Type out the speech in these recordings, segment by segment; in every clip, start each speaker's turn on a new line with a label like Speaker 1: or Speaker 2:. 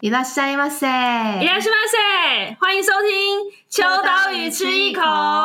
Speaker 1: いらっしゃいませ，
Speaker 2: いらっしゃいませ，欢迎收听秋刀鱼吃一口。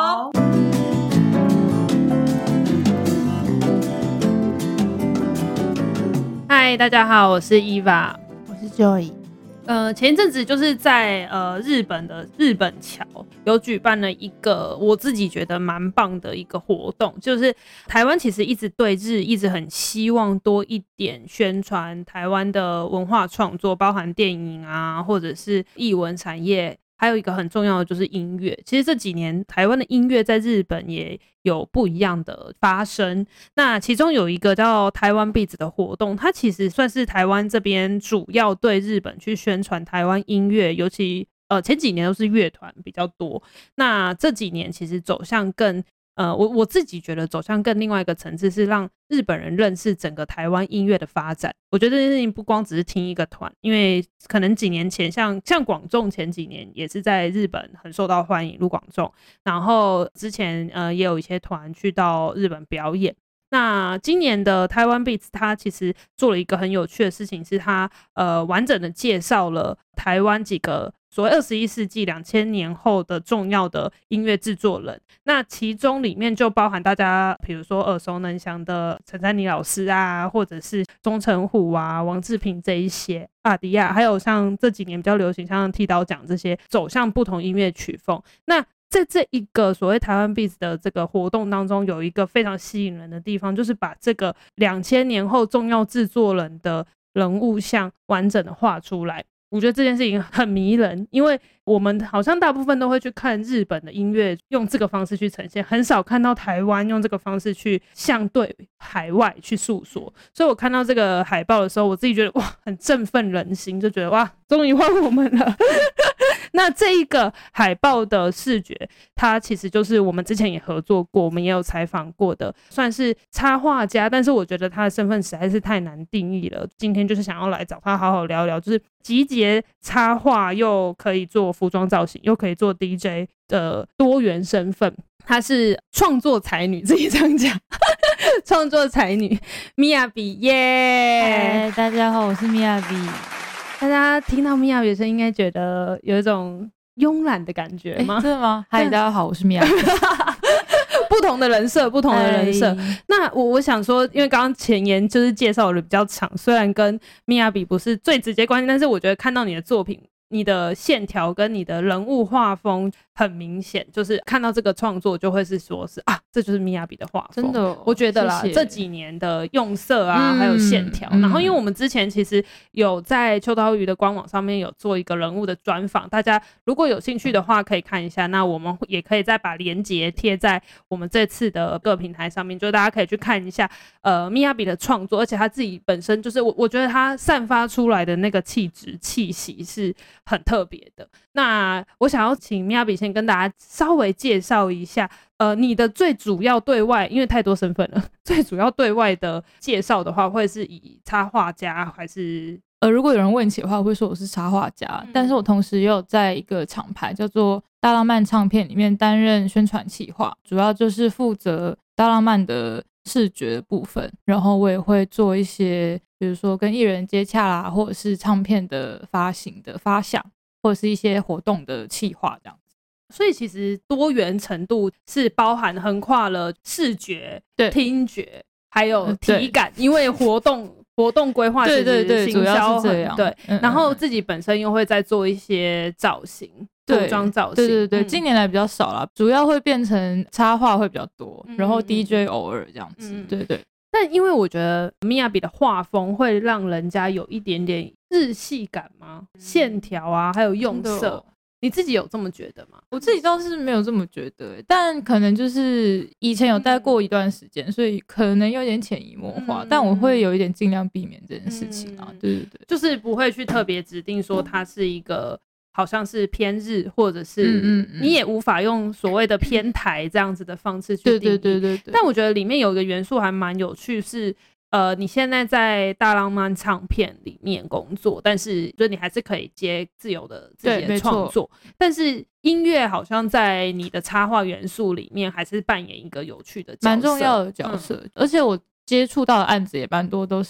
Speaker 2: 嗨，大家好，我是 Eva，
Speaker 1: 我是 Joy。
Speaker 2: 前一阵子就是在日本的日本桥有举办了一个我自己觉得蛮棒的一个活动，就是台湾其实一直对日一直很希望多一点宣传台湾的文化创作，包含电影啊，或者是艺文产业。还有一个很重要的就是音乐，其实这几年台湾的音乐在日本也有不一样的发生。那其中有一个叫台湾 Beats 的活动，它其实算是台湾这边主要对日本去宣传台湾音乐，尤其前几年都是乐团比较多，那这几年其实走向更我自己觉得走向更另外一个层次，是让日本人认识整个台湾音乐的发展。我觉得这件事情不光只是听一个团，因为可能几年前像广仲前几年也是在日本很受到欢迎，卢广仲，然后之前也有一些团去到日本表演。那今年的台湾 Beats 它其实做了一个很有趣的事情，是它完整的介绍了台湾几个所谓21世纪2000年后的重要的音乐制作人。那其中里面就包含大家比如说耳熟能详的陈珊妮老师啊，或者是钟成虎啊、王志平这一些，阿迪亚，还有像这几年比较流行像剃刀奖这些走向不同音乐曲风。那在这一个所谓台湾 Beats 的这个活动当中，有一个非常吸引人的地方，就是把这个2000年后重要制作人的人物像完整的画出来。我觉得这件事情很迷人，因为我们好像大部分都会去看日本的音乐用这个方式去呈现，很少看到台湾用这个方式去向对海外去诉说。所以我看到这个海报的时候，我自己觉得哇，很振奋人心，就觉得哇，终于换我们了。那这一个海报的视觉，它其实就是我们之前也合作过，我们也有采访过的，算是插画家，但是我觉得他的身份实在是太难定义了。今天就是想要来找他好好聊聊，就是集结插画又可以做服装造型又可以做 DJ 的多元身份。她是创作才女，自己这样讲创作才女米亚比耶。
Speaker 3: 大家好，我是米亚比。
Speaker 2: 大家听到米亚比的声音应该觉得有一种慵懒的感觉吗？
Speaker 3: 真的吗？嗨，大家好，我是米亚比。
Speaker 2: 不同的人设，不同的人设。那我想说，因为刚刚前言就是介绍的比较长，虽然跟米亚比不是最直接关系，但是我觉得看到你的作品，你的线条跟你的人物画风很明显，就是看到这个创作就会是说是啊，这就是米亚比的画风。
Speaker 3: 真的，
Speaker 2: 我觉得啦，
Speaker 3: 谢谢。
Speaker 2: 这几年的用色啊，还有线条，然后因为我们之前其实有在秋刀鱼的官网上面有做一个人物的专访，大家如果有兴趣的话可以看一下。那我们也可以再把连结贴在我们这次的各平台上面，就大家可以去看一下米亚比的创作，而且他自己本身就是我觉得他散发出来的那个气质气息是很特别的。那我想要请米亚比先跟大家稍微介绍一下你的最主要对外，因为太多身份了，最主要对外的介绍的话会是以插画家还是
Speaker 3: 如果有人问起的话，我会说我是插画家，但是我同时也有在一个厂牌叫做大浪漫唱片里面担任宣传企划，主要就是负责大浪漫的视觉的部分，然后我也会做一些比如说跟艺人接洽啦，或者是唱片的发行的发想，或者是一些活动的企划这样子。
Speaker 2: 所以其实多元程度是包含横跨了视觉、听觉还有体感，因为活动规划其实行销很对，然后自己本身又会再做一些造型，服装造型。
Speaker 3: 对，近年来比较少啦，主要会变成插画会比较多，然后 DJ 偶尔这样子。对。
Speaker 2: 但因为我觉得米亚比的画风会让人家有一点点日系感吗？线条啊，还有用色。你自己有这么觉得吗？
Speaker 3: 我自己倒是没有这么觉得，但可能就是以前有待过一段时间，所以可能有点潜移默化，但我会有一点尽量避免这件事情啊。对，
Speaker 2: 就是不会去特别指定说它是一个好像是偏日，或者是你也无法用所谓的偏台这样子的方式去定义。对。但我觉得里面有一个元素还蛮有趣，是你现在在大浪漫唱片里面工作，但是就你还是可以接自由的自己的创作，但是音乐好像在你的插画元素里面还是扮演一个有趣的角色，
Speaker 3: 蛮重要的角色。而且我接触到的案子也蛮多都是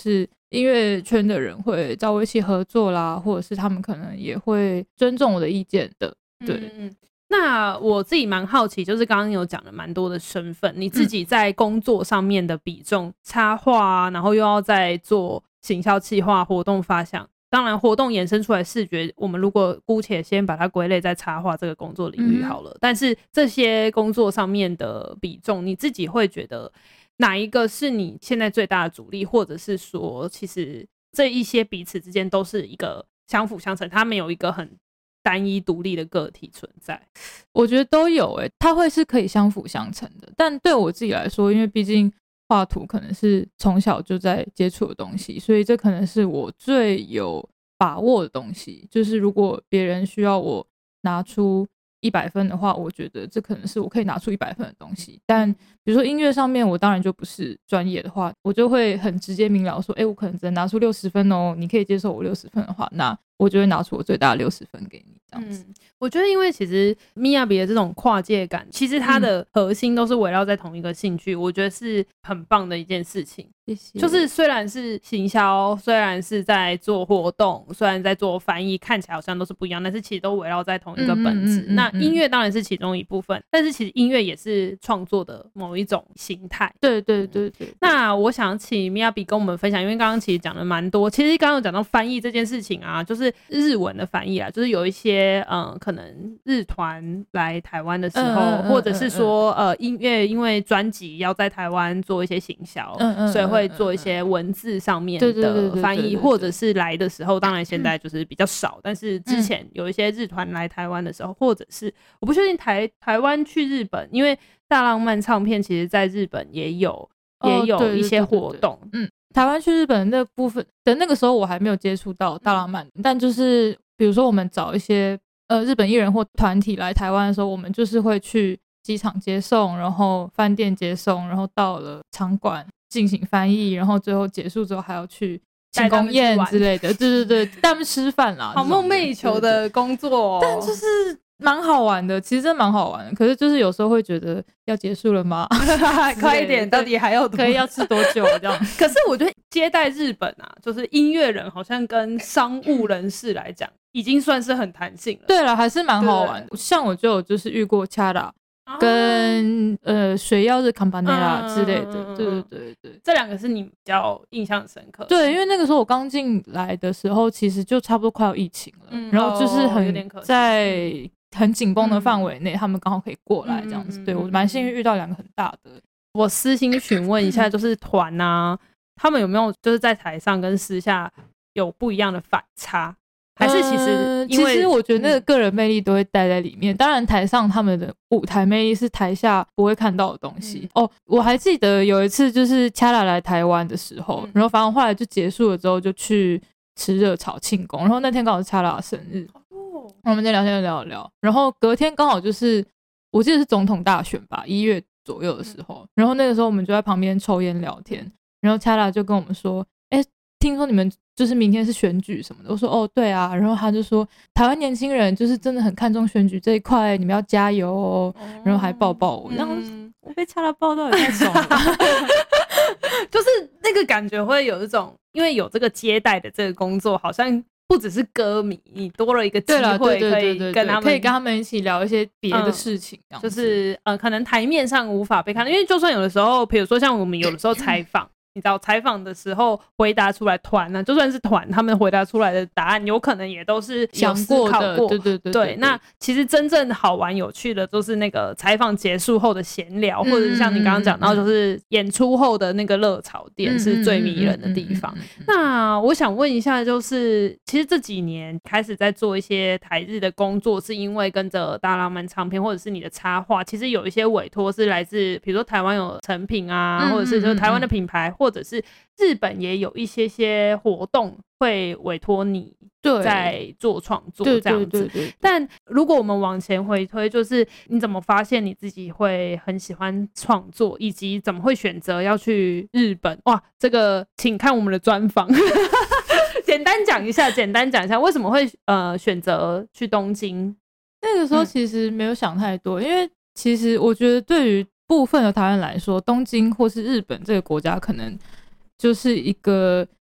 Speaker 3: 音乐圈的人会找我一起合作啦，或者是他们可能也会尊重我的意见的。对，
Speaker 2: 那我自己蛮好奇，就是刚刚有讲了蛮多的身份，你自己在工作上面的比重，插画啊，然后又要在做行销企划、活动发想。当然，活动衍生出来视觉，我们如果姑且先把它归类在插画这个工作领域好了。但是这些工作上面的比重，你自己会觉得哪一个是你现在最大的阻力，或者是说，其实这一些彼此之间都是一个相辅相成，它没有一个很单一独立的个体存在？
Speaker 3: 我觉得都有它会是可以相辅相成的。但对我自己来说，因为毕竟画图可能是从小就在接触的东西，所以这可能是我最有把握的东西。就是如果别人需要我拿出100分的话，我觉得这可能是我可以拿出100分的东西。但比如说音乐上面，我当然就不是专业的话，我就会很直接明了说，我可能只能拿出60分哦，你可以接受我60分的话，那我就会拿出我最大的60分给你，这样子。
Speaker 2: 我觉得因为其实Miyabi的这种跨界感，其实它的核心都是围绕在同一个兴趣，我觉得是很棒的一件事情。
Speaker 3: 谢谢。
Speaker 2: 就是虽然是行销，虽然是在做活动，虽然在做翻译，看起来好像都是不一样，但是其实都围绕在同一个本质。那音乐当然是其中一部分，但是其实音乐也是创作的某一种形态。
Speaker 3: 对。
Speaker 2: 那我想请 Miyabi 跟我们分享，因为刚刚其实讲了蛮多，其实刚刚有讲到翻译这件事情啊，就是日文的翻译啊，就是有一些可能日团来台湾的时候，或者是说音乐因为专辑要在台湾做一些行销，所以会做一些文字上面的翻译，或者是来的时候，当然现在就是比较少，但是之前有一些日团来台湾的时候，或者是我不确定台湾去日本，因为大浪漫唱片其实在日本也有一些活动。
Speaker 3: 台湾去日本的那部分的那个时候我还没有接触到大浪漫，但就是比如说我们找一些日本艺人或团体来台湾的时候，我们就是会去机场接送，然后饭店接送，然后到了场馆进行翻译，然后最后结束之后还要去庆功宴之类的。对，带他们吃饭啦，
Speaker 2: 好梦寐以求的工作哦。
Speaker 3: 但就是蛮好玩的，其实真的蛮好玩的。可是就是有时候会觉得要结束了吗？
Speaker 2: 快一点，到底还有
Speaker 3: 可以要吃多久这样？
Speaker 2: 可是我觉得接待日本啊，就是音乐人好像跟商务人士来讲，已经算是很弹性了。
Speaker 3: 对了，还是蛮好玩的。像我就有就是遇过Chara跟水曜日康巴内拉之类的。对，
Speaker 2: 这两个是你比较印象深刻。
Speaker 3: 对，因为那个时候我刚进来的时候，其实就差不多快要疫情了，然后就是在很紧绷的范围内，他们刚好可以过来这样子。对，我蛮幸运遇到2个很大的。
Speaker 2: 我私心询问一下，就是团啊，他们有没有就是在台上跟私下有不一样的反差？还是其实
Speaker 3: 我觉得那个个人魅力都会带在里面。当然台上他们的舞台魅力是台下不会看到的东西。我还记得有一次就是Chara来台湾的时候，然后反正后来就结束了之后就去吃热炒庆功，然后那天刚好是Chara的生日，我们就聊天聊，然后隔天刚好就是我记得是总统大选吧，1月左右的时候，然后那个时候我们就在旁边抽烟聊天，然后Chara就跟我们说，听说你们就是明天是选举什么的。我说对啊，然后他就说台湾年轻人就是真的很看重选举这一块，你们要加油哦，然后还抱抱我，然后我被Chara抱到也太爽了。
Speaker 2: 就是那个感觉会有一种，因为有这个接待的这个工作，好像不只是歌迷，你多了一个机会可以跟
Speaker 3: 他们一起聊一些别的事情，
Speaker 2: 就是可能台面上无法被看到，因为就算有的时候，比如说像我们有的时候采访。你知道采访的时候回答出来团呢，就算是团，他们回答出来的答案有可能也都是有思考过。对。那其实真正好玩有趣的就是那个采访结束后的闲聊，或者是像你刚刚讲到，就是演出后的那个热炒店是最迷人的地方。那我想问一下，就是其实这几年开始在做一些台日的工作，是因为跟着大浪漫唱片或者是你的插画，其实有一些委托是来自比如说台湾有成品啊，或者是说台湾的品牌，或者是日本也有一些活动会委托你在做创作这样子。但如果我们往前回推，就是你怎么发现你自己会很喜欢创作，以及怎么会选择要去日本？哇，这个请看我们的专访。简单讲一下为什么会选择去东京。
Speaker 3: 那个时候其实没有想太多，因为其实我觉得对于部分的台湾来说，东京或是日本这个国家可能就是一个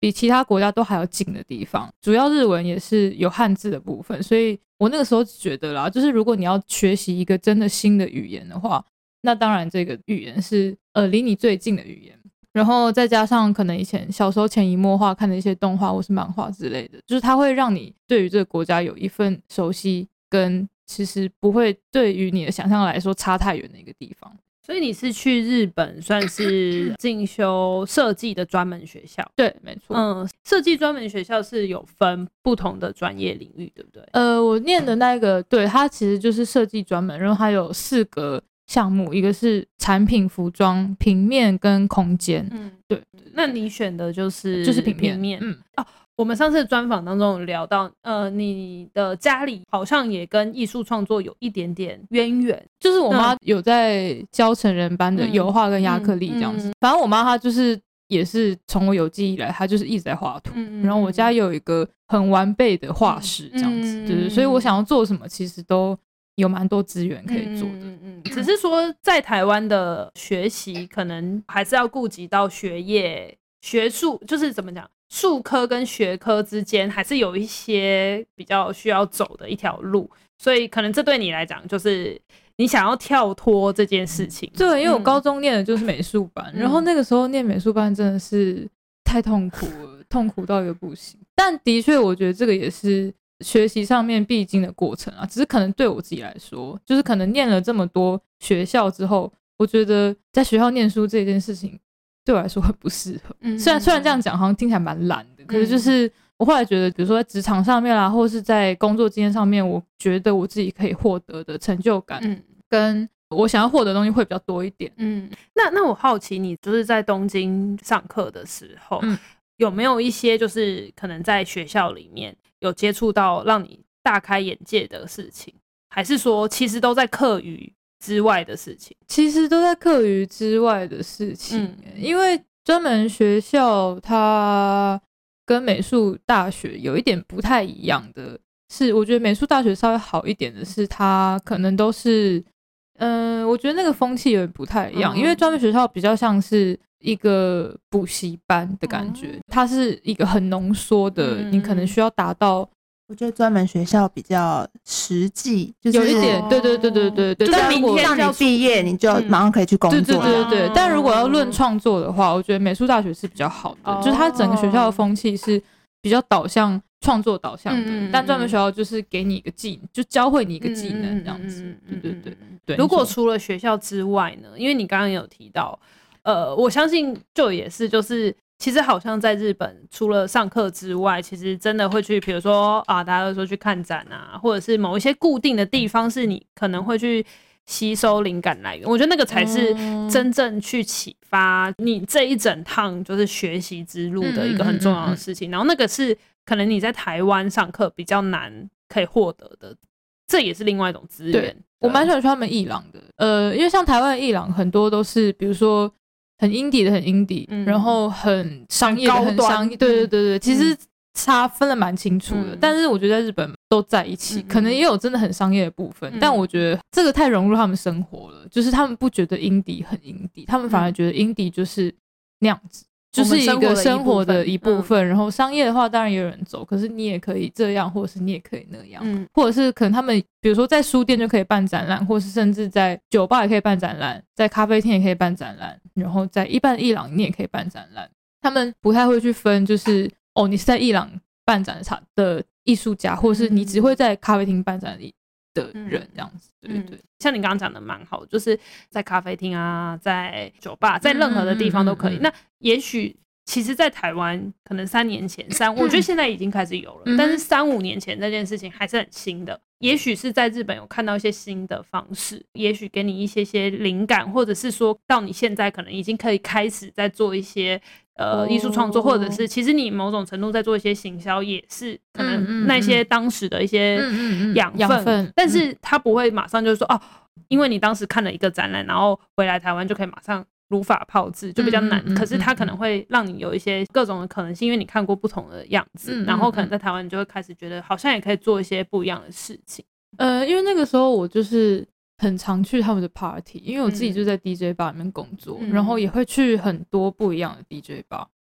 Speaker 3: 比其他国家都还要近的地方，主要日文也是有汉字的部分，所以我那个时候觉得啦，就是如果你要学习一个真的新的语言的话，那当然这个语言是离你最近的语言，然后再加上可能以前小时候潜移默化看的一些动画或是漫画之类的，就是它会让你对于这个国家有一份熟悉，跟其实不会对于你的想象来说差太远的一个地方。
Speaker 2: 所以你是去日本算是进修设计的专门学校？
Speaker 3: 对，没错。
Speaker 2: 设计专门学校是有分不同的专业领域，对不对？
Speaker 3: 我念的那个，对，它其实就是设计专门，然后它有4个项目，一个是产品、服装、平面跟空间。对。
Speaker 2: 那你选的就是
Speaker 3: 平面。
Speaker 2: 我们上次的专访当中有聊到，你的家里好像也跟艺术创作有一点点渊源，
Speaker 3: 就是我妈有在教成人班的油画跟亚克力这样子。反正我妈她就是也是从我有记忆以来，她就是一直在画图。然后我家有一个很完备的画室这样子，就是所以我想要做什么，其实都有蛮多资源可以做的。
Speaker 2: 只是说在台湾的学习，可能还是要顾及到学业、学术，就是怎么讲？术科跟学科之间还是有一些比较需要走的一条路，所以可能这对你来讲就是你想要跳脱这件事情。
Speaker 3: 对，因为我高中念的就是美术班，然后那个时候念美术班真的是太痛苦了，痛苦到一个不行。但的确我觉得这个也是学习上面必经的过程啊，只是可能对我自己来说，就是可能念了这么多学校之后，我觉得在学校念书这件事情对我来说很不适合。虽然这样讲好像听起来蛮懒的，可是就是我后来觉得，比如说在职场上面啦，或是在工作经验上面，我觉得我自己可以获得的成就感，跟我想要获得的东西会比较多一点。
Speaker 2: 那我好奇，你就是在东京上课的时候，有没有一些就是可能在学校里面有接触到让你大开眼界的事情，还是说其实都在课余之外的事情？
Speaker 3: 其实都在课余之外的事情。因为专门学校它跟美术大学有一点不太一样的是，我觉得美术大学稍微好一点的是，它可能都是我觉得那个风气有点不太一样。因为专门学校比较像是一个补习班的感觉，它是一个很浓缩的，你可能需要达到。
Speaker 1: 我觉得专门学校比较实际，就是
Speaker 3: 有一点，对，
Speaker 1: 就是明天让你毕业，你就马上可以去工作。
Speaker 3: 对。但如果要论创作的话，我觉得美术大学是比较好的，就是它整个学校的风气是比较导向创作导向的。但专门学校就是给你一个技能，就教会你一个技能这样子。对。
Speaker 2: 如果除了学校之外呢？因为你刚刚有提到，我相信就也是就是。其实好像在日本，除了上课之外，其实真的会去，比如说大家都说去看展啊，或者是某一些固定的地方，是你可能会去吸收灵感来源。我觉得那个才是真正去启发你这一整趟就是学习之路的一个很重要的事情。然后那个是可能你在台湾上课比较难可以获得的，这也是另外一种资源。
Speaker 3: 我蛮喜欢去他们艺廊的，因为像台湾的艺廊很多都是，比如说。很 indie 的很 indie，然后很商业的很商业，对，其实差分得蛮清楚的。但是我觉得在日本都在一起，可能也有真的很商业的部分，但我觉得这个太融入他们生活了，就是他们不觉得 indie 很 indie，他们反而觉得 indie 就是那样子。就是一个生活的一部分，然后商业的话当然也有人走，可是你也可以这样，或者是你也可以那样，或者是可能他们比如说在书店就可以办展览，或是甚至在酒吧也可以办展览，在咖啡厅也可以办展览，然后在一般的艺廊你也可以办展览。他们不太会去分，就是你是在艺廊办展的艺术家，或是你只会在咖啡厅办展的人这样子。对，
Speaker 2: 像你刚刚讲的蛮好，就是在咖啡厅啊，在酒吧，在任何的地方都可以。那也许其实在台湾可能3年前我觉得现在已经开始有了，但是3-5年前这件事情还是很新的。也许是在日本有看到一些新的方式，也许给你一些灵感，或者是说到你现在可能已经可以开始在做一些艺术创作，或者是其实你某种程度在做一些行销，也是可能那些当时的一些养分，但是他不会马上就说因为你当时看了一个展览，然后回来台湾就可以马上如法炮制，就比较难。可是他可能会让你有一些各种的可能性，因为你看过不同的样子，然后可能在台湾你就会开始觉得好像也可以做一些不一样的事情。
Speaker 3: 因为那个时候我就是很常去他们的 party， 因为我自己就在 DJ bar 里面工作，然后也会去很多不一样的 DJ bar，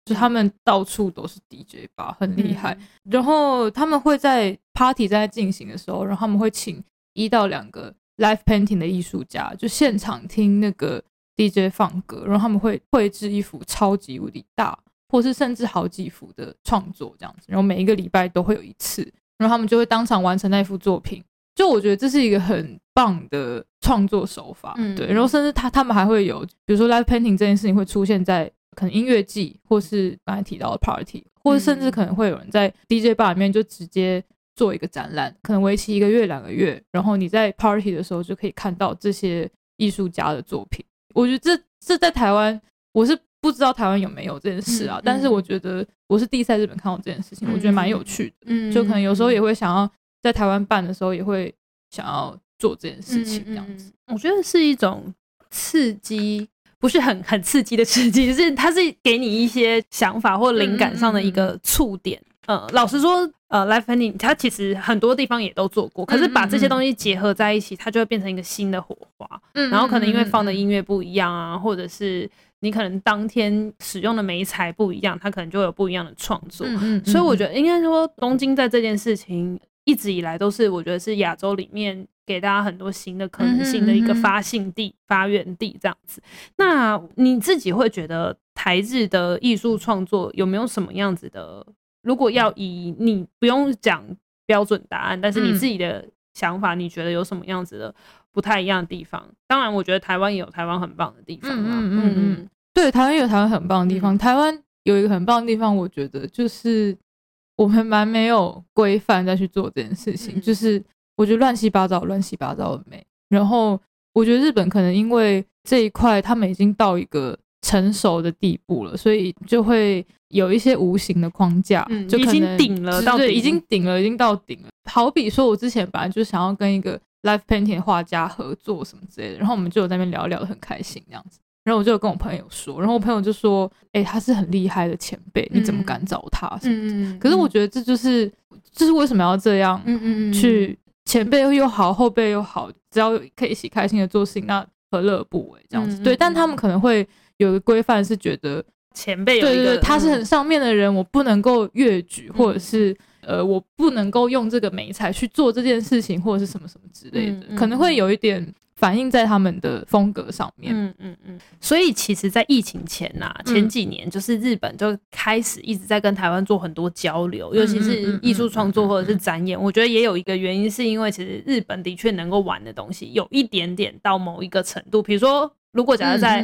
Speaker 3: 就他们到处都是 DJ 吧，很厉害。然后他们会在 party 在进行的时候，然后他们会请1到2个 live painting 的艺术家，就现场听那个 DJ 放歌，然后他们会绘制一幅超级无敌大，或是甚至好几幅的创作这样子，然后每一个礼拜都会有一次，然后他们就会当场完成那幅作品。就我觉得这是一个很棒的创作手法，对。然后甚至他们还会有，比如说 live painting 这件事情会出现在可能音乐季，或是刚才提到的 party， 或者甚至可能会有人在 DJ bar 里面就直接做一个展览，可能为期1个月2个月，然后你在 party 的时候就可以看到这些艺术家的作品。我觉得这在台湾，我是不知道台湾有没有这件事啊，但是我觉得我是第一次在日本看到这件事情，我觉得蛮有趣的，就可能有时候也会想要在台湾办的时候也会想要做这件事情这样子。
Speaker 2: 我觉得是一种刺激，不是很刺激的刺激，就是它是给你一些想法或灵感上的一个触点。老实说live painting 它其实很多地方也都做过，可是把这些东西结合在一起，它就会变成一个新的火花。然后可能因为放的音乐不一样啊，或者是你可能当天使用的媒材不一样，它可能就有不一样的创作。所以我觉得应该说东京在这件事情一直以来都是我觉得是亚洲里面给大家很多新的可能性的一个发信地、发源地这样子。那你自己会觉得台日的艺术创作有没有什么样子的，如果要以你不用讲标准答案，但是你自己的想法，你觉得有什么样子的不太一样的地方？当然我觉得台湾也有台湾很棒的地方啦。
Speaker 3: 对，台湾也有台湾很棒的地方。台湾有一个很棒的地方，我觉得就是我们蛮没有规范再去做这件事情，就是我觉得乱七八糟的美。然后我觉得日本可能因为这一块他们已经到一个成熟的地步了，所以就会有一些无形的框架，就可能
Speaker 2: 已经顶了，
Speaker 3: 对，已经到顶了。好比说我之前本来就想要跟一个 live painting 的画家合作什么之类的，然后我们就有在那边聊得很开心这样子。然后我就有跟我朋友说，然后我朋友就说他是很厉害的前辈，你怎么敢找他什么的。可是我觉得这就是为什么要这样去，前辈又好后辈又好，只要可以一起开心的做事情，那何乐而不为这样子。对，但他们可能会有个规范，是觉得
Speaker 2: 前辈有一个
Speaker 3: 对他是很上面的人，我不能够越矩，或者是我不能够用这个媒材去做这件事情，或者是什么什么之类的，可能会有一点反映在他们的风格上面。
Speaker 2: 所以其实在疫情前前几年就是日本就开始一直在跟台湾做很多交流，尤其是艺术创作或者是展演。我觉得也有一个原因是因为其实日本的确能够玩的东西有一点点到某一个程度，比如说如果假如在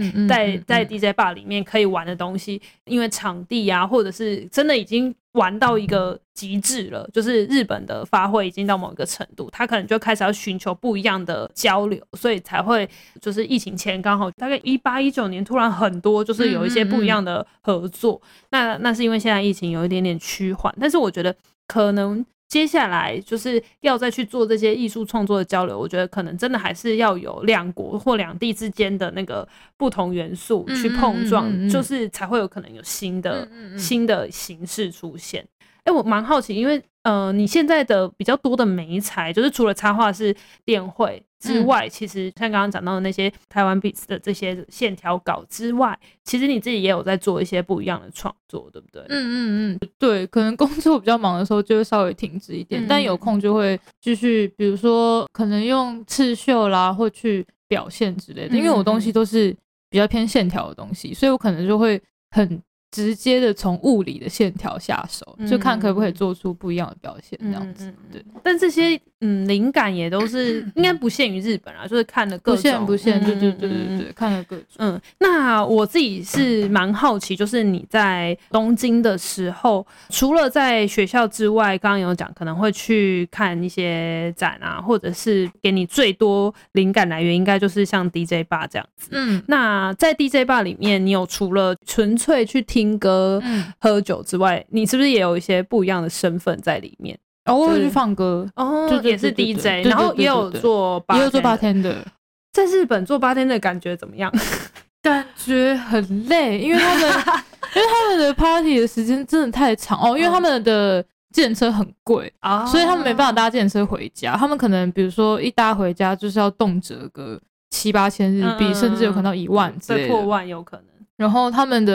Speaker 2: DJ bar 里面可以玩的东西，因为场地啊，或者是真的已经玩到一个极致了，就是日本的发挥已经到某一个程度，他可能就开始要寻求不一样的交流，所以才会就是疫情前刚好大概18、19年突然很多就是有一些不一样的合作。那是因为现在疫情有一点点趋缓，但是我觉得可能接下来就是要再去做这些艺术创作的交流，我觉得可能真的还是要有两国或两地之间的那个不同元素去碰撞，就是才会有可能有新的形式出现。我蛮好奇，因为你现在的比较多的媒材，就是除了插画是电绘之外，其实像刚刚讲到的那些台湾 Beats 的这些线条稿之外，其实你自己也有在做一些不一样的创作，对不对？
Speaker 3: 对，可能工作比较忙的时候就会稍微停止一点，但有空就会继续，比如说可能用刺绣啦，或去表现之类的。因为我东西都是比较偏线条的东西，所以我可能就会很直接的从物理的线条下手，就看可不可以做出不一样的表现这样子。对，
Speaker 2: 但这些灵感也都是应该不限于日本啦，就是看了各种
Speaker 3: 不限，对，看了各种。
Speaker 2: 那我自己是蛮好奇，就是你在东京的时候，除了在学校之外，刚刚有讲可能会去看一些展啊，或者是给你最多灵感来源，应该就是像 DJ bar 这样子。那在 DJ bar 里面，你有除了纯粹去听歌、喝酒之外，你是不是也有一些不一样的身份在里面？
Speaker 3: 我会去放歌，
Speaker 2: 也是 DJ， 然后也有做
Speaker 3: bartender。
Speaker 2: 在日本做 bartender 的感觉怎么样？
Speaker 3: 感觉很累，因为他们的 party 的时间真的太长因为他们的计程车很贵所以他们没办法搭计程车回家。他们可能比如说一搭回家就是要动辄个7、8千日币，甚至有可能到1万之类的，
Speaker 2: 破万有可能。
Speaker 3: 然后他们的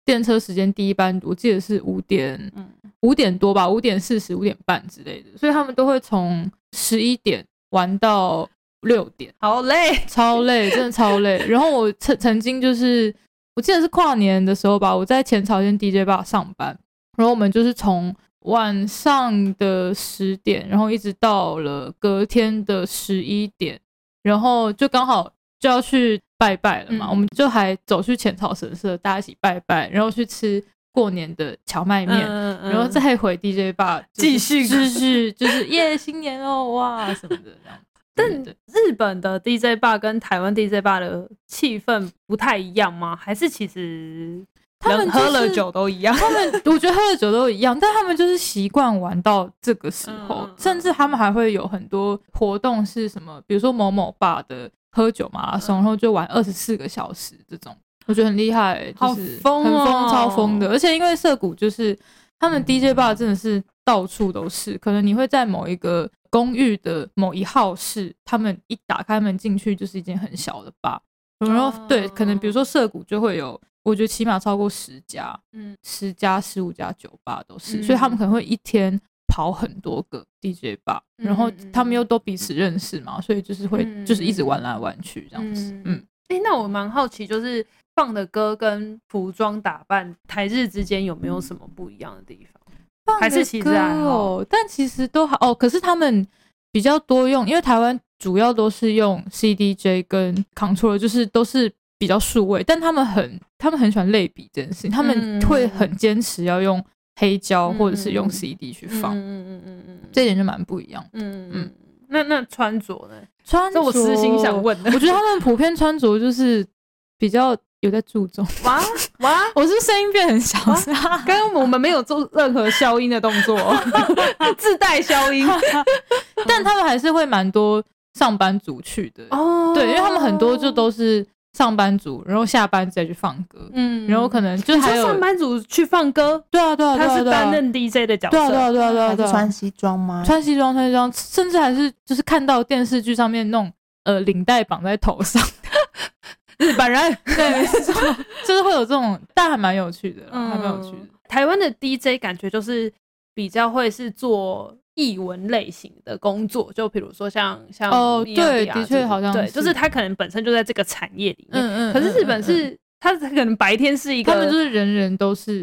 Speaker 3: 电车时间第一班我记得是5点多吧，5:40、5:30之类的，所以他们都会从11点玩到6点，
Speaker 2: 好累，
Speaker 3: 超累，真的超累。然后我曾经就是我记得是跨年的时候吧，我在前朝鲜 DJ bar 上班，然后我们就是从晚上的10点，然后一直到了隔天的11点，然后就刚好就要去拜拜了嘛，我们就还走去前朝神社，大家一起拜拜，然后去吃过年的荞麦面，然后再回 DJ bar
Speaker 2: 继续
Speaker 3: 就是耶新年哦哇什么的这样。
Speaker 2: 但日本的 DJ bar 跟台湾 DJ bar 的气氛不太一样吗？还是其实
Speaker 3: 他们、
Speaker 2: 喝了酒都一样？
Speaker 3: 他们我觉得喝了酒都一样，但他们就是习惯玩到这个时候，甚至他们还会有很多活动是什么，比如说某某 bar 的喝酒马拉松，然后就玩24个小时这种，我觉得很厉害，就是
Speaker 2: 好疯哦，
Speaker 3: 很疯，超疯的。而且因为涩谷就是他们 DJ bar 真的是到处都是，可能你会在某一个公寓的某一号室，他们一打开门进去就是一间很小的 bar， 然后对，可能比如说涩谷就会有，我觉得起码超过10家，10家、15家酒吧都是，所以他们可能会一天跑很多个 DJ bar，然后他们又都彼此认识嘛，所以就是会就是一直玩来玩去这样子。
Speaker 2: 那我蛮好奇，就是放的歌跟服装打扮台日之间有没有什么不一样的地方？还是其实还好，
Speaker 3: 但其实都好哦。可是他们比较多用，因为台湾主要都是用 CDJ 跟 Controller， 就是都是比较数位，但他们很喜欢类比这件事情，他们会很坚持要用黑胶或者是用 CD 去放，这一点就蛮不一样。
Speaker 2: 那穿着呢？
Speaker 3: 穿着，
Speaker 2: 这我私心想问的。
Speaker 3: 我觉得他们普遍穿着就是比较有在注重。
Speaker 2: 哇，
Speaker 3: 我是声音变很小，
Speaker 2: 刚刚我们没有做任何消音的动作，自带消音。
Speaker 3: 但他们还是会蛮多上班族去的哦，对，因为他们很多就都是上班族，然后下班再去放歌，然后可能就还有
Speaker 2: 上班族去放歌，
Speaker 3: 对啊，
Speaker 2: 他是担任 DJ 的角色，
Speaker 3: 对，
Speaker 1: 穿西装吗？
Speaker 3: 穿西装，甚至还是就是看到电视剧上面那种领带绑在头上。
Speaker 2: 日本人
Speaker 3: 对，就是会有这种，但还蛮有趣的，还蛮有趣的。
Speaker 2: 台湾的 DJ 感觉就是比较会是做艺文类型的工作，就比如说像
Speaker 3: 哦，对，的确好像
Speaker 2: 对，就是他可能本身就在这个产业里面。可是日本是他可能白天是一个，
Speaker 3: 他们就是人人都是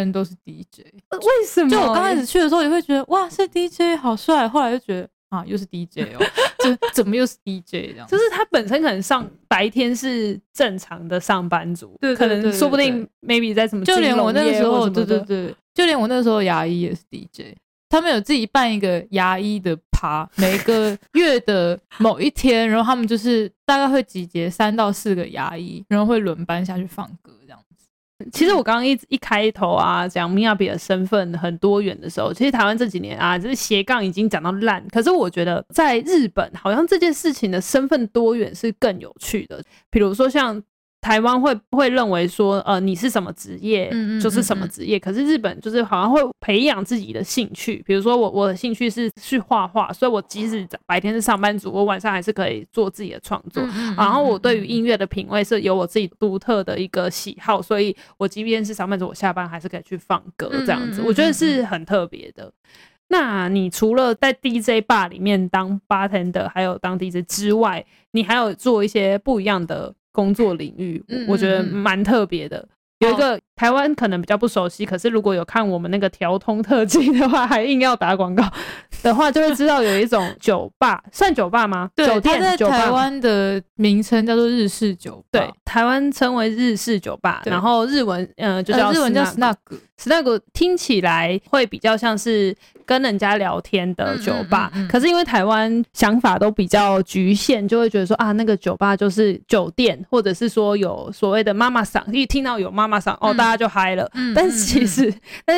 Speaker 3: DJ。
Speaker 2: 为什么？
Speaker 3: 就我刚开始去的时候也会觉得哇是 DJ 好帅，后来就觉得啊又是 DJ 哦，就怎么又是 DJ 这样？
Speaker 2: 就是他本身可能白天是正常的上班族，
Speaker 3: 对，
Speaker 2: 可能说不定 maybe 在什么，
Speaker 3: 就连我那个时候，对，就连我那个时候牙医也是 DJ。他们有自己办一个牙医的趴，每个月的某一天，然后他们就是大概会集结3到4个牙医，然后会轮班下去放歌这样子。
Speaker 2: 其实我刚刚一开头啊讲米亚比的身份很多元的时候，其实台湾这几年啊，就是斜杠已经讲到烂，可是我觉得在日本好像这件事情的身份多元是更有趣的。比如说像台湾会认为说，你是什么职业就是什么职业，可是日本就是好像会培养自己的兴趣，比如说我的兴趣是去画画，所以我即使白天是上班族，我晚上还是可以做自己的创作。然后我对于音乐的品味是有我自己独特的一个喜好，所以我即便是上班族，我下班还是可以去放歌这样子，我觉得是很特别的。那你除了在 DJ bar 里面当 bartender 还有当 DJ 之外，你还有做一些不一样的工作领域，我觉得蛮特别的。有一个台湾可能比较不熟悉，可是如果有看我们那个调通特辑的话，还硬要打广告的话，就会知道有一种酒吧，算酒吧吗？
Speaker 3: 对，
Speaker 2: 酒店
Speaker 3: 它在台湾的名称叫做日式酒吧，
Speaker 2: 对，台湾称为日式酒吧，然后日文就叫
Speaker 3: 日文叫 snug，
Speaker 2: 听起来会比较像是跟人家聊天的酒吧，可是因为台湾想法都比较局限，就会觉得说啊，那个酒吧就是酒店，或者是说有所谓的妈妈桑，一听到有妈妈桑哦，大家就嗨了。但是其实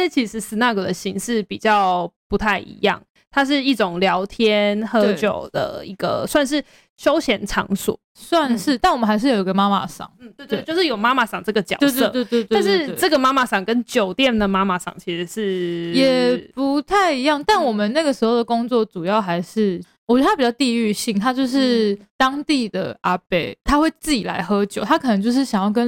Speaker 2: snug 的形式比较不太一样，它是一种聊天喝酒的一个算是休闲场所，
Speaker 3: 算是，但我们还是有一个妈妈桑，
Speaker 2: 对，就是有妈妈桑这个角色，
Speaker 3: 对，
Speaker 2: 但是这个妈妈桑跟酒店的妈妈桑其实是
Speaker 3: 也不太一样，但我们那个时候的工作主要还是，我觉得它比较地域性，它就是当地的阿伯，他会自己来喝酒，他可能就是想要跟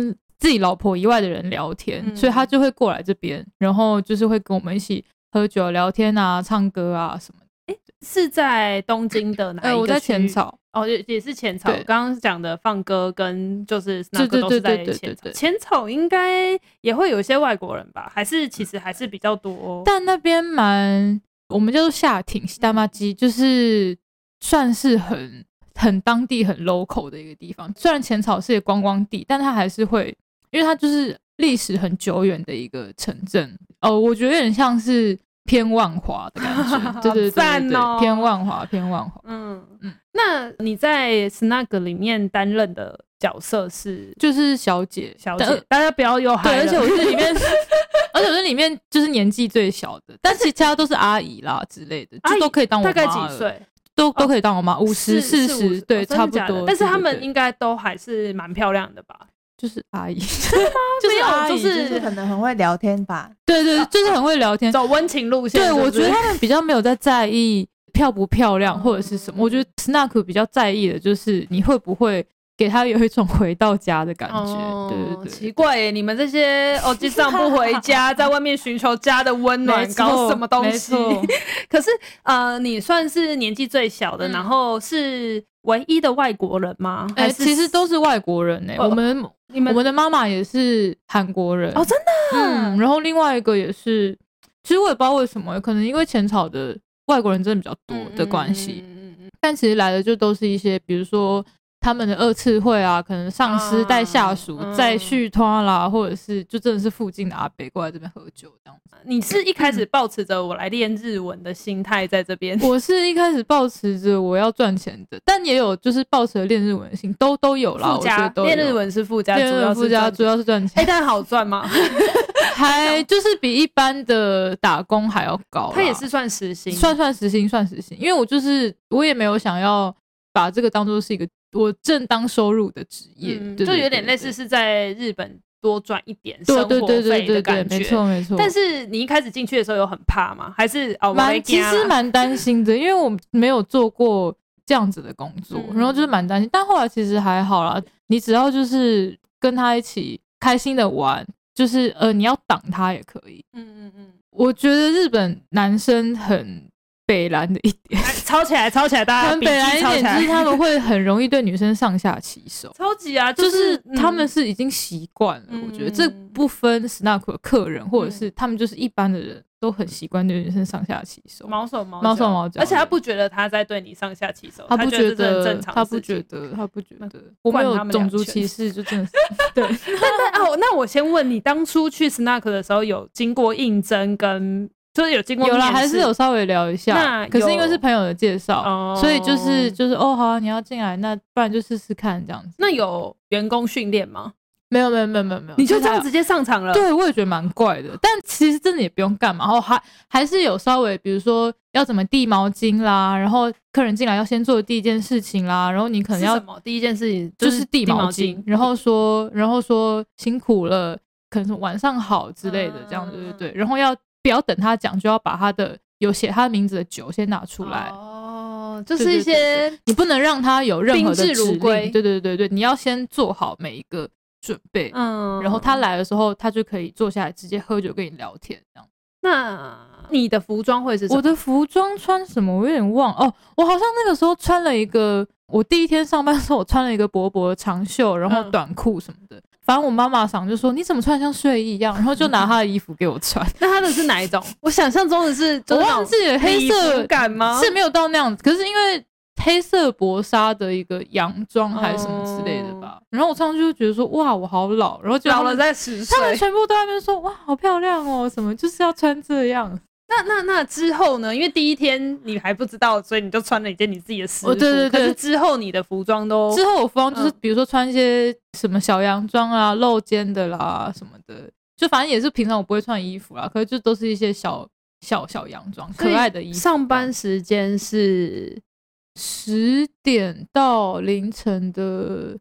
Speaker 3: 自己老婆以外的人聊天，所以他就会过来这边，然后就是会跟我们一起喝酒聊天啊唱歌啊什么的。
Speaker 2: 是在东京的哪一个区域？
Speaker 3: 我在浅草。
Speaker 2: 也是浅草。刚刚讲的放歌跟就是那个都是在浅草。浅草应该也会有一些外国人吧？还是其实还是比较多？
Speaker 3: 但那边我们叫做下町西大妈基，就是算是很当地很 local 的一个地方。虽然浅草是一个观光地，但它还是会，因为它就是历史很久远的一个城镇。我觉得有点像是偏万华的感觉。对对对对，偏万华。
Speaker 2: 那你在 Snug 里面担任的角色
Speaker 3: 就是小姐，
Speaker 2: 大家不要有孩。
Speaker 3: 对，而且我是里面而且我是里面就是年纪最小的，但其他都是阿姨啦之类的，就都可以当我妈了。
Speaker 2: 大概几岁？
Speaker 3: 都可以当我妈，50、40，对，差不多。
Speaker 2: 但是他们应该都还是蛮漂亮的吧？
Speaker 3: 就是阿姨，
Speaker 2: 就是阿姨，
Speaker 1: 就是可能很会聊天吧。
Speaker 3: 对对，就是很会聊天，
Speaker 2: 走温情路线。
Speaker 3: 对，我觉得他们比较没有在意漂不漂亮或者是什么。我觉得 Snug 比较在意的就是你会不会给他有一种回到家的感觉。对对对，
Speaker 2: 奇怪耶，你们这些机上不回家，在外面寻求家的温暖，搞什么东西？可是你算是年纪最小的，然后是唯一的外国人吗？
Speaker 3: 其实都是外国人我们的妈妈也是韩国人
Speaker 2: 真的。
Speaker 3: 然后另外一个也是，其实我也不知道为什么，可能因为浅草的外国人真的比较多的关系。但其实来的就都是一些，比如说他们的二次会啊，可能上司带下属在续团啦，或者是就真的是附近的阿伯过来这边喝酒这样子。
Speaker 2: 你是一开始抱持着我来练日文的心态在这边？
Speaker 3: 我是一开始抱持着我要赚钱的，但也有就是抱持着练日文的心，都有啦。
Speaker 2: 附加练日文是附加，
Speaker 3: 主要是赚钱。
Speaker 2: 但好赚吗？
Speaker 3: 还就是比一般的打工还要高。
Speaker 2: 它也是算时薪，
Speaker 3: 算时薪。因为我也没有想要把这个当作是一个我正当收入的职业，
Speaker 2: 就有点类似是在日本多赚一点生活费的感觉。
Speaker 3: 没错没错。
Speaker 2: 但是你一开始进去的时候有很怕吗？还是
Speaker 3: 其实蛮担心的，因为我没有做过这样子的工作，然后就是蛮担心。但后来其实还好啦，你只要就是跟他一起开心的玩，就是你要挡他也可以。我觉得日本男生很北蓝的一点，
Speaker 2: 抄起来，大家
Speaker 3: 很北蓝一点，就是他们会很容易对女生上下其手，
Speaker 2: 超级啊，
Speaker 3: 就是他们是已经习惯了。我觉得这不分 Snug 的客人，或者是他们就是一般的人都很习惯对女生上下其手，
Speaker 2: 毛手毛脚，而且他不觉得他在对你上下其手，
Speaker 3: 他不觉得
Speaker 2: 正常，
Speaker 3: 他不觉得，我没有种族歧视，就真的是对。
Speaker 2: 那我先问你，当初去 Snug 的时候有经过应征跟？就是有经过面试，
Speaker 3: 有啦，还是有稍微聊一下。可是因为是朋友的介绍，所以就是好啊，你要进来，那不然就试试看这样子。
Speaker 2: 那有员工训练吗？
Speaker 3: 没有，
Speaker 2: 你就这样直接上场了？
Speaker 3: 对，我也觉得蛮怪的。但其实真的也不用干嘛，然后还是有稍微，比如说要怎么递毛巾啦，然后客人进来要先做的第一件事情啦，然后你可能要
Speaker 2: 什么第一件事情
Speaker 3: 就是递毛巾，然后说辛苦了，可能是晚上好之类的这样子，对，然后不要等他讲，就要把有写他名字的酒先拿出来。
Speaker 2: 就是一些
Speaker 3: 你不能让他有任何的指令。对，你要先做好每一个准备，然后他来的时候，他就可以坐下来直接喝酒跟你聊天这样。
Speaker 2: 那你的服装会是什么？
Speaker 3: 我的服装穿什么？我有点忘我好像那个时候穿了一个，我第一天上班的时候，我穿了一个薄薄的长袖，然后短裤什么的。反正我妈妈桑就说你怎么穿像睡衣一样，然后就拿她的衣服给我穿。
Speaker 2: 那她的是哪一种？我想象中的是，
Speaker 3: 我忘记了，黑色
Speaker 2: 感吗？
Speaker 3: 是没有到那样子，可是因为黑色薄纱的一个洋装还是什么之类的吧。然后我穿上去就觉得说哇，我好老，然后就
Speaker 2: 老了在10岁，
Speaker 3: 他们全部都在那边说哇，好漂亮哦，什么就是要穿这样。
Speaker 2: 那之后呢？因为第一天你还不知道，所以你就穿了一件你自己的私服。
Speaker 3: 对。
Speaker 2: 可是之后你的服装
Speaker 3: 之后我服装就是比如说穿一些什么小洋装啊、露肩的啦什么的，就反正也是平常我不会穿衣服啦，可是就都是一些小洋装、可爱的衣服。
Speaker 2: 上班时间是
Speaker 3: 10点到凌晨的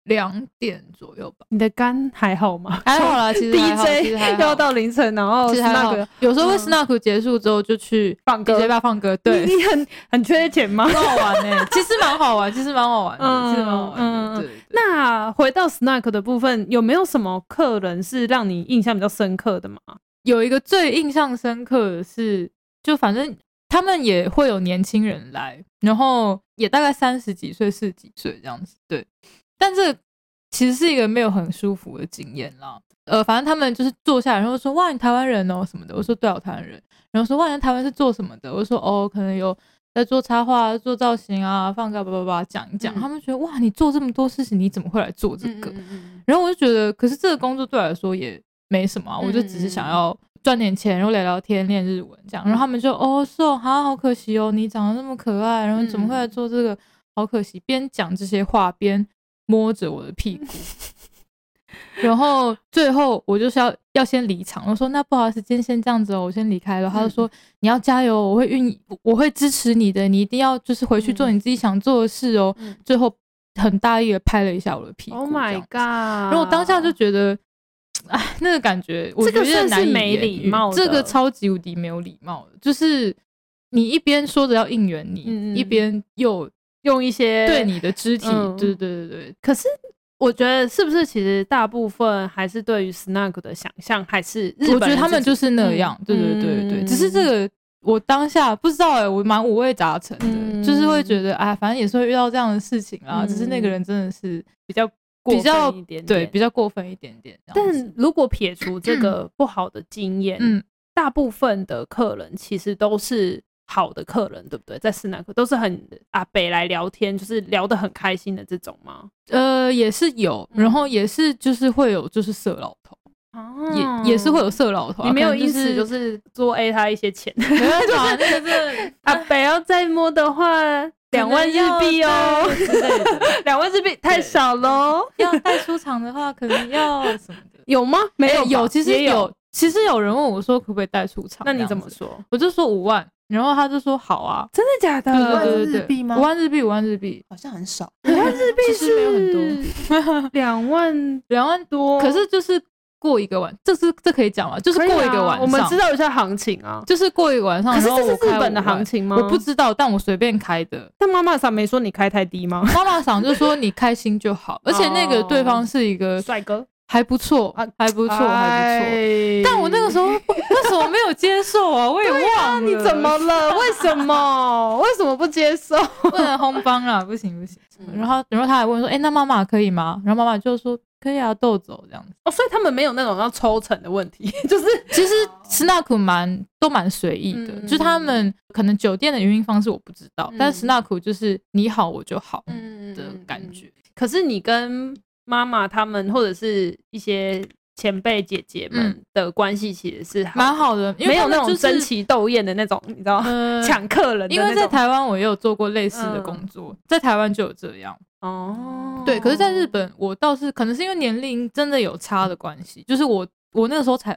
Speaker 3: 2点左右吧。
Speaker 2: 你的肝还好吗？
Speaker 3: 还好啦，其实还好，其实还好。
Speaker 2: 要到凌晨，然后 snack
Speaker 3: 有时候会 snack 结束之后就去
Speaker 2: 放歌，
Speaker 3: 直接把放歌。对，
Speaker 2: 你很缺钱吗？
Speaker 3: 很好玩欸，其实蛮好玩，其实蛮好玩的，对。
Speaker 2: 那回到 snack 的部分，有没有什么客人是让你印象比较深刻的吗？
Speaker 3: 有一个最印象深刻的是，就反正他们也会有年轻人来，然后也大概30几岁、40几岁这样子，对。但这其实是一个没有很舒服的经验啦。反正他们就是坐下来，然后说哇你台湾人哦什么的，我说对啊我台湾人，然后说哇你台湾是做什么的，我说哦可能有在做插画、做造型啊，放个叭叭叭讲一讲，他们觉得哇你做这么多事情，你怎么会来做这个？然后我就觉得，可是这个工作对我来说也没什么啊，我就只是想要赚点钱，然后聊聊天、练日文这样。然后他们就哦是哦，好可惜哦，你长得那么可爱，然后怎么会来做这个？好可惜。边讲这些话边摸着我的屁股。然后最后我就是要先离场，我说那不好意思，今天先这样子哦，我先离开了。他就说你要加油，我会支持你的，你一定要就是回去做你自己想做的事哦。最后很大力的拍了一下我的屁股。
Speaker 2: Oh my god！
Speaker 3: 然后我当下就觉得，哎，那个感觉，我觉得
Speaker 2: 这个算是没礼貌的，
Speaker 3: 这个超级无敌没有礼貌的，就是你一边说着要应援你，一边又
Speaker 2: 用一些
Speaker 3: 对你的肢体，对。
Speaker 2: 可是我觉得是不是其实大部分还是对于 snack 的想象还是日本人，
Speaker 3: 我觉得他们就是那样，对。只是这个我当下不知道我蛮五味杂陈的，就是会觉得反正也是会遇到这样的事情啦，只是那个人真的是比较过分一点点，对，比较过分一点点。
Speaker 2: 但如果撇除这个不好的经验，大部分的客人其实都是好的客人，对不对？在snack都是很阿北来聊天，就是聊得很开心的这种吗？
Speaker 3: 也是有，然后也是就是会有就是色老头，也是会有色老头。
Speaker 2: 你没有因此就是多 A 他一些钱？
Speaker 3: 没有啊，那个是
Speaker 2: 阿北要再摸的话，2万日币哦之类的，2万日币太少咯。
Speaker 3: 要带出场的话，可能要什么的？
Speaker 2: 有吗？没有，
Speaker 3: 有，其实有。其实有人问我说可不可以带出场，
Speaker 2: 那你怎么说？
Speaker 3: 我就说5万，然后他就说好啊。
Speaker 2: 真的假的
Speaker 1: ？5万日币吗？
Speaker 3: 5万日币
Speaker 1: 好像很少。
Speaker 2: 5万日币
Speaker 3: 其实没有很多
Speaker 2: ，2万多。
Speaker 3: 可是就是过一个晚，这可以讲吗？就是过一个晚上，
Speaker 2: 我们知道一下行情啊。
Speaker 3: 就是过一个晚上，
Speaker 2: 可是这是日本的行情吗？
Speaker 3: 我不知道，但我随便开的。
Speaker 2: 但妈妈桑没说你开太低吗？
Speaker 3: 妈妈桑就说你开心就好，而且那个对方是一个
Speaker 2: 帅哥。
Speaker 3: 还不错，还不错。但我那个时候为什么没有接受啊？我也忘了。
Speaker 2: 你怎么了？为什么不接受？
Speaker 3: 不能轰帮啦，不行。然后他还问说，那妈妈可以吗？然后妈妈就说可以啊，豆走这样子。
Speaker 2: 所以他们没有那种要抽成的问题，就是
Speaker 3: 其实 snack 都蛮随意的，就是他们可能酒店的营运方式我不知道，但是 snack 就是你好我就好的感觉。
Speaker 2: 可是你跟妈妈他们或者是一些前辈姐姐们的关系其实是
Speaker 3: 蛮好的，因为
Speaker 2: 没有那种争奇斗艳的那种，你知道抢客人的那种。
Speaker 3: 因为在台湾我也有做过类似的工作，在台湾就有这样。对，可是在日本我倒是可能是因为年龄真的有差的关系，就是我那个时候才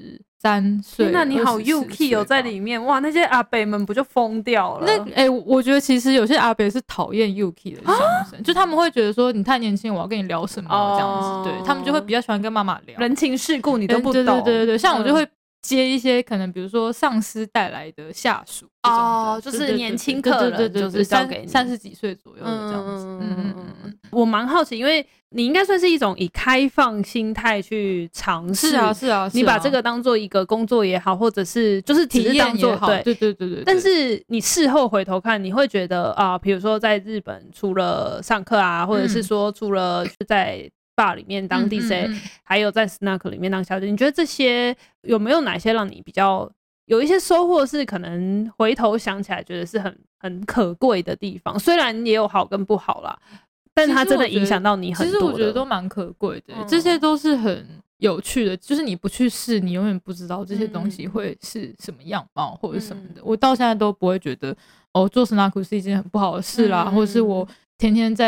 Speaker 3: 23岁。
Speaker 2: 那你好 Yuki 有在里面哇，那些阿伯们不就疯掉了？
Speaker 3: 我觉得其实有些阿伯是讨厌 Yuki 的小女生，就他们会觉得说你太年轻，我要跟你聊什么这样子，对，他们就会比较喜欢跟妈妈聊
Speaker 2: 人情世故，你都不懂。
Speaker 3: 对，像我就会接一些可能比如说上司带来的下属
Speaker 2: 就是年轻客人，就是交给你
Speaker 3: 30几岁左右的这样子。
Speaker 2: 我蛮好奇，因为你应该算是一种以开放心态去尝试，
Speaker 3: 是啊，
Speaker 2: 你把这个当做一个工作也好，或者是就是体验也好，
Speaker 3: 对。
Speaker 2: 但是你事后回头看，你会觉得比如说在日本除了上课啊，或者是说除了在bar里面当 DJ，还有在 snack 里面当小姐，你觉得这些有没有哪些让你比较有一些收获，是可能回头想起来觉得是很可贵的地方？虽然也有好跟不好啦，但它真的影响到你很多的。
Speaker 3: 其实我觉得都蛮可贵的，这些都是很有趣的，就是你不去试，你永远不知道这些东西会是什么样貌或者什么的。我到现在都不会觉得做 snack 是一件很不好的事啦，或者是我天天在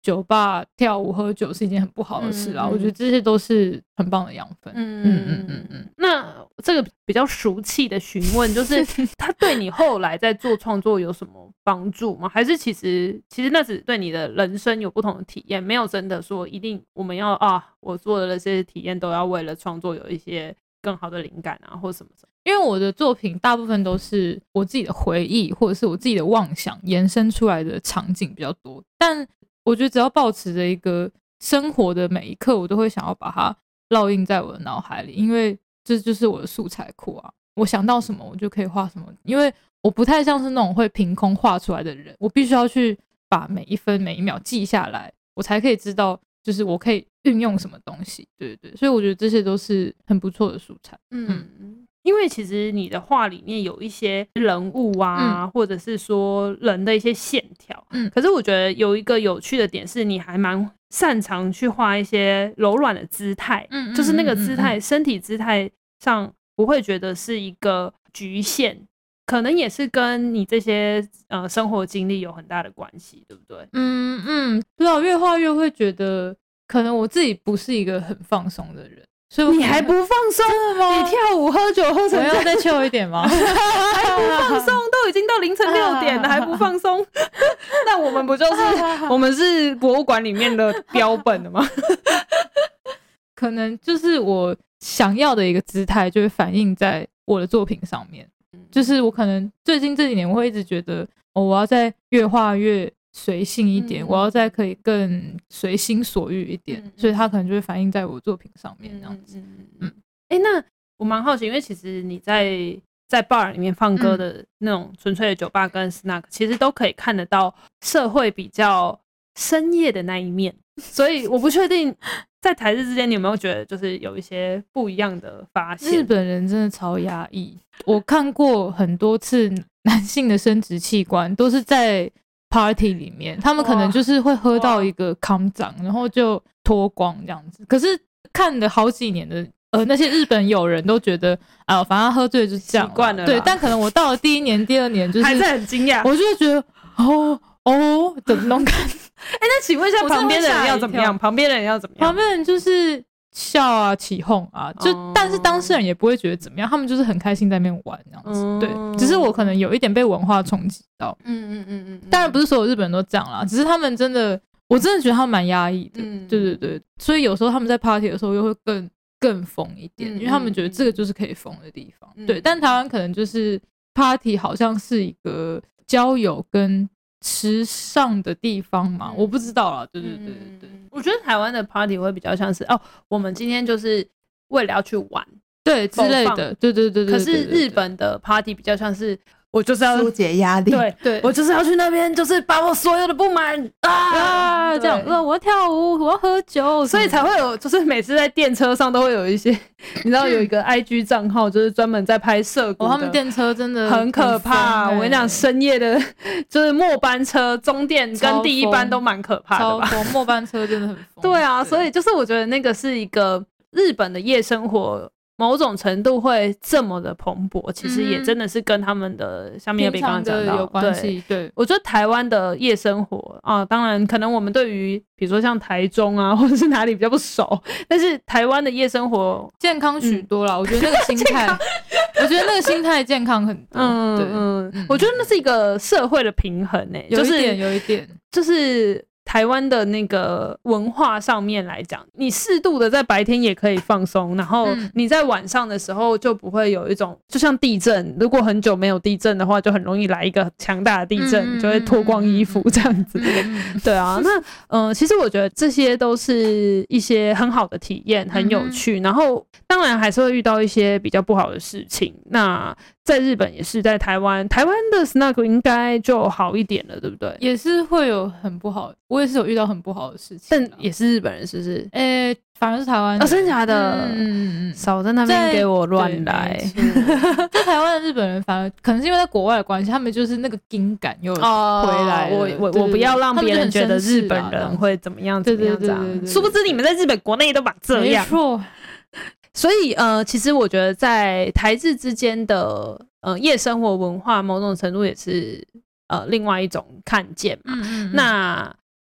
Speaker 3: 酒吧跳舞喝酒是一件很不好的事啊。我觉得这些都是很棒的养分。
Speaker 2: 那这个比较俗气的询问，就是他对你后来在做创作有什么帮助吗？还是其实那只对你的人生有不同的体验，没有真的说一定我们要我做的这些体验都要为了创作有一些更好的灵感啊，或什么什么？
Speaker 3: 因为我的作品大部分都是我自己的回忆或者是我自己的妄想延伸出来的场景比较多，但我觉得只要抱持着一个生活的每一刻，我都会想要把它烙印在我的脑海里，因为这就是我的素材库啊。我想到什么我就可以画什么，因为我不太像是那种会凭空画出来的人，我必须要去把每一分每一秒记下来，我才可以知道就是我可以运用什么东西。对对对，所以我觉得这些都是很不错的素材。
Speaker 2: 因为其实你的画里面有一些人物啊，或者是说人的一些线条，可是我觉得有一个有趣的点是，你还蛮擅长去画一些柔软的姿态，就是那个姿态，身体姿态上不会觉得是一个局限，可能也是跟你这些生活经历有很大的关系，对不对？
Speaker 3: 对啊，越画越会觉得，可能我自己不是一个很放松的人。所以
Speaker 2: 你还不放松？你跳舞喝酒喝成这样，
Speaker 3: 我要再chill一点吗？
Speaker 2: 还不放松？都已经到凌晨6点了，还不放松？那我们不就是我们是博物馆里面的标本了吗？
Speaker 3: 可能就是我想要的一个姿态，就会反映在我的作品上面。就是我可能最近这几年，我会一直觉得，我要再越画越随性一点，我要再可以更随心所欲一点，所以它可能就会反映在我作品上面这样子。
Speaker 2: 那我蛮好奇，因为其实你在 bar 里面放歌的那种纯粹的酒吧跟 snack， 其实都可以看得到社会比较深夜的那一面，所以我不确定在台日之间你有没有觉得就是有一些不一样的发现？
Speaker 3: 日本人真的超压抑，我看过很多次男性的生殖器官都是在party 里面，他们可能就是会喝到一个康长，然后就脱光这样子。可是看了好几年的那些日本友人都觉得反正喝醉就是这样，习
Speaker 2: 惯了。
Speaker 3: 对，但可能我到了第1年、第2年，就是
Speaker 2: 还是很惊讶，
Speaker 3: 我就会觉得的那种感觉。
Speaker 2: 那请问一下，旁边的人要怎么样？旁边的人要怎么样？
Speaker 3: 旁边人就是笑啊、起哄啊，但是当事人也不会觉得怎么样，他们就是很开心在那边玩这样子。对，只是我可能有一点被文化冲击到。当然不是所有日本人都这样啦，只是他们真的，我真的觉得他们蛮压抑的。对对对，所以有时候他们在 party 的时候又会更疯一点，因为他们觉得这个就是可以疯的地方。对，但台湾可能就是 party 好像是一个交友跟时尚的地方嘛，我不知道啦。对，
Speaker 2: 我觉得台湾的 party 会比较像是我们今天就是为了要去玩，
Speaker 3: 对之类的。对。
Speaker 2: 可是日本的 party 比较像是我就是要
Speaker 1: 疏解压力，
Speaker 2: 对，我就是要去那边，就是把我所有的不满
Speaker 3: 这样，我要跳舞，我要喝酒，
Speaker 2: 所以才会有，就是每次在电车上都会有一些，你知道有一个 IG 账号，就是专门在拍涉谷的，
Speaker 3: 他们电车真的
Speaker 2: 很可怕。我跟你讲，深夜的，就是末班车、中电跟第一班都蛮可怕的吧？
Speaker 3: 末班车真的很疯。
Speaker 2: 对啊，所以就是我觉得那个是一个日本的夜生活。某种程度会这么的蓬勃，其实也真的是跟他们的像米尔比刚刚讲到
Speaker 3: 有关系。对，
Speaker 2: 我觉得台湾的夜生活当然可能我们对于比如说像台中啊或者是哪里比较不熟，但是台湾的夜生活
Speaker 3: 健康许多啦。我觉得那个心态，我觉得那个心态健康很多。
Speaker 2: 我觉得那是一个社会的平衡
Speaker 3: 有一点，
Speaker 2: 就是台湾的那个文化上面来讲，你适度的在白天也可以放松，然后你在晚上的时候就不会有一种，就像地震，如果很久没有地震的话，就很容易来一个强大的地震，就会脱光衣服这样子。对啊，那其实我觉得这些都是一些很好的体验，很有趣。然后当然还是会遇到一些比较不好的事情。那在日本也是，在台湾的 snack 应该就好一点了，对不对？
Speaker 3: 也是会有很不好，我也是有遇到很不好的事情，
Speaker 2: 但也是日本人是不是？
Speaker 3: 反而是台湾人。
Speaker 2: 真的假的？少在那边给我乱来。
Speaker 3: 在台湾的日本人反而可能是因为在国外的关系，他们就是那个劲感又回来了。
Speaker 2: 我不要让别人觉得日本人会怎么样怎么样这样。殊不知你们在日本国内都把这样。
Speaker 3: 没错。
Speaker 2: 所以其实我觉得在台日之间的夜生活文化，某种程度也是另外一种看见嘛。那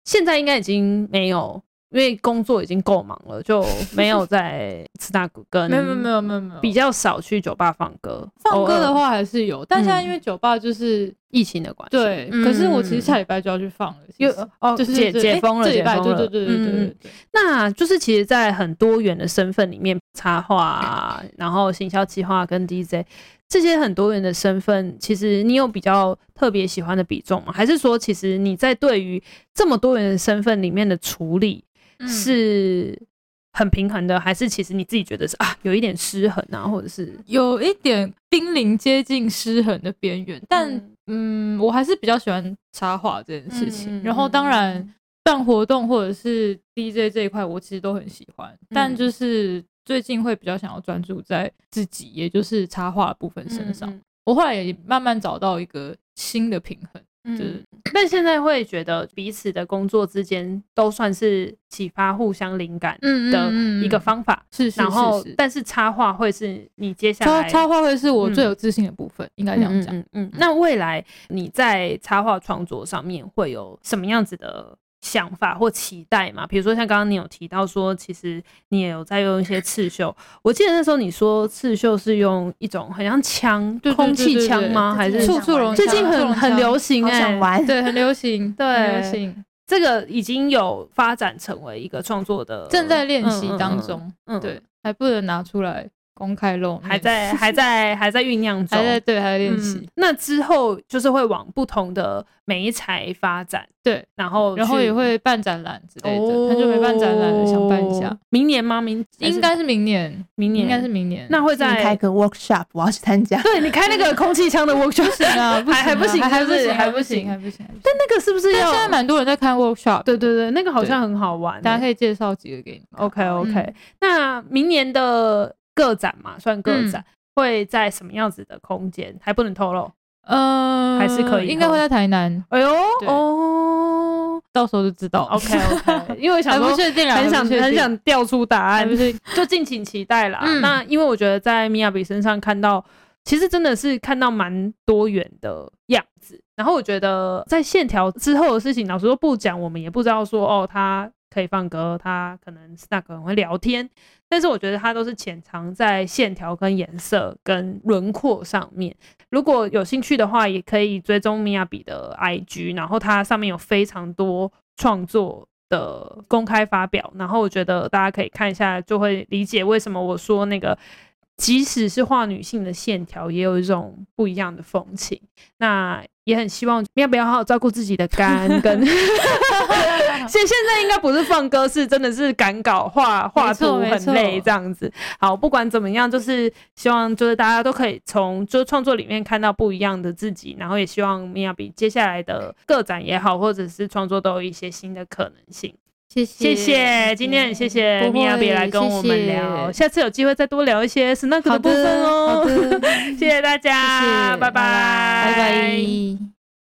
Speaker 2: 现在应该已经没有，因为工作已经够忙了，就没有在吃大鼓跟
Speaker 3: 没有
Speaker 2: 比较少去酒吧放歌。
Speaker 3: 放歌的话还是有，但现在因为酒吧就是
Speaker 2: 疫情的关系，
Speaker 3: 对。可是我其实下礼拜就要去放了，就是
Speaker 2: 解封了，
Speaker 3: 这礼拜
Speaker 2: 对。那就是其实，在很多元的身份里面，插画啊，然后行销企划跟 DJ 这些很多元的身份，其实你有比较特别喜欢的比重吗？还是说，其实你在对于这么多元的身份里面的处理是很平衡的，还是其实你自己觉得是有一点失衡啊，或者是
Speaker 3: 有一点濒临接近失衡的边缘？但我还是比较喜欢插画这件事情。然后当然办活动或者是 DJ 这一块，我其实都很喜欢，但就是最近会比较想要专注在自己，也就是插画的部分身上。我后来也慢慢找到一个新的平衡。
Speaker 2: 但现在会觉得彼此的工作之间都算是启发互相灵感的一个方法，然后但是插画会是你接下来
Speaker 3: 插画会是我最有自信的部分，应该这样讲。
Speaker 2: 那未来你在插画创作上面会有什么样子的想法或期待嘛？比如说像刚刚你有提到说，其实你也有在用一些刺绣。我记得那时候你说刺绣是用一种很像枪，空气枪吗？还是
Speaker 3: 触融？
Speaker 2: 最近很流行
Speaker 1: 想玩，
Speaker 3: 对，很流行，
Speaker 2: 对，
Speaker 3: 很流行。
Speaker 2: 这个已经有发展成为一个创作的，
Speaker 3: 正在练习当中。对，还不能拿出来公开露面，
Speaker 2: 还在酝酿中，
Speaker 3: 还在练习。
Speaker 2: 那之后就是会往不同的媒材发展，
Speaker 3: 对，
Speaker 2: 然后
Speaker 3: 也会办展览之类的。很久没办展览了，想办一下。
Speaker 2: 明年吗？
Speaker 3: 应该是明年，
Speaker 2: 应
Speaker 3: 该是明年。
Speaker 2: 那会再
Speaker 1: 开个 workshop， 我要去参加。
Speaker 2: 对，你开那个空气枪的 workshop
Speaker 3: 不行啊，
Speaker 2: 还不行，
Speaker 3: 还不行。
Speaker 2: 但那个是不是要？
Speaker 3: 现在蛮多人在看 workshop。
Speaker 2: 对，那个好像很好玩，
Speaker 3: 大家可以介绍几个给你。
Speaker 2: OK。那明年的个展嘛，算个展，会在什么样子的空间？还不能透露。还是可以，
Speaker 3: 应该会在台南。
Speaker 2: 哎呦
Speaker 3: 到时候就知道。
Speaker 2: OK， 因为我想说，
Speaker 3: 还不确定啦，
Speaker 2: 很想调出答案，就敬请期待啦。那因为我觉得在米亚比身上看到，其实真的是看到蛮多元的样子。然后我觉得在线条之后的事情，老实说不讲，我们也不知道说他可以放歌，他可能是那个人会聊天。但是我觉得它都是潜藏在线条跟颜色跟轮廓上面。如果有兴趣的话，也可以追踪米亚比的 IG， 然后它上面有非常多创作的公开发表，然后我觉得大家可以看一下，就会理解为什么我说那个即使是画女性的线条，也有一种不一样的风情。那也很希望要不要好好照顾自己的肝跟现在应该不是放歌，是真的是赶稿画图很累这样子。好，不管怎么样，就是希望就是大家都可以从就创作里面看到不一样的自己，然后也希望米亚比接下来的个展也好，或者是创作都有一些新的可能性。谢谢，今天很谢谢米亚比来跟我们聊，下次有机会再多聊一些 Snack 的部分哦。谢谢大家，拜拜。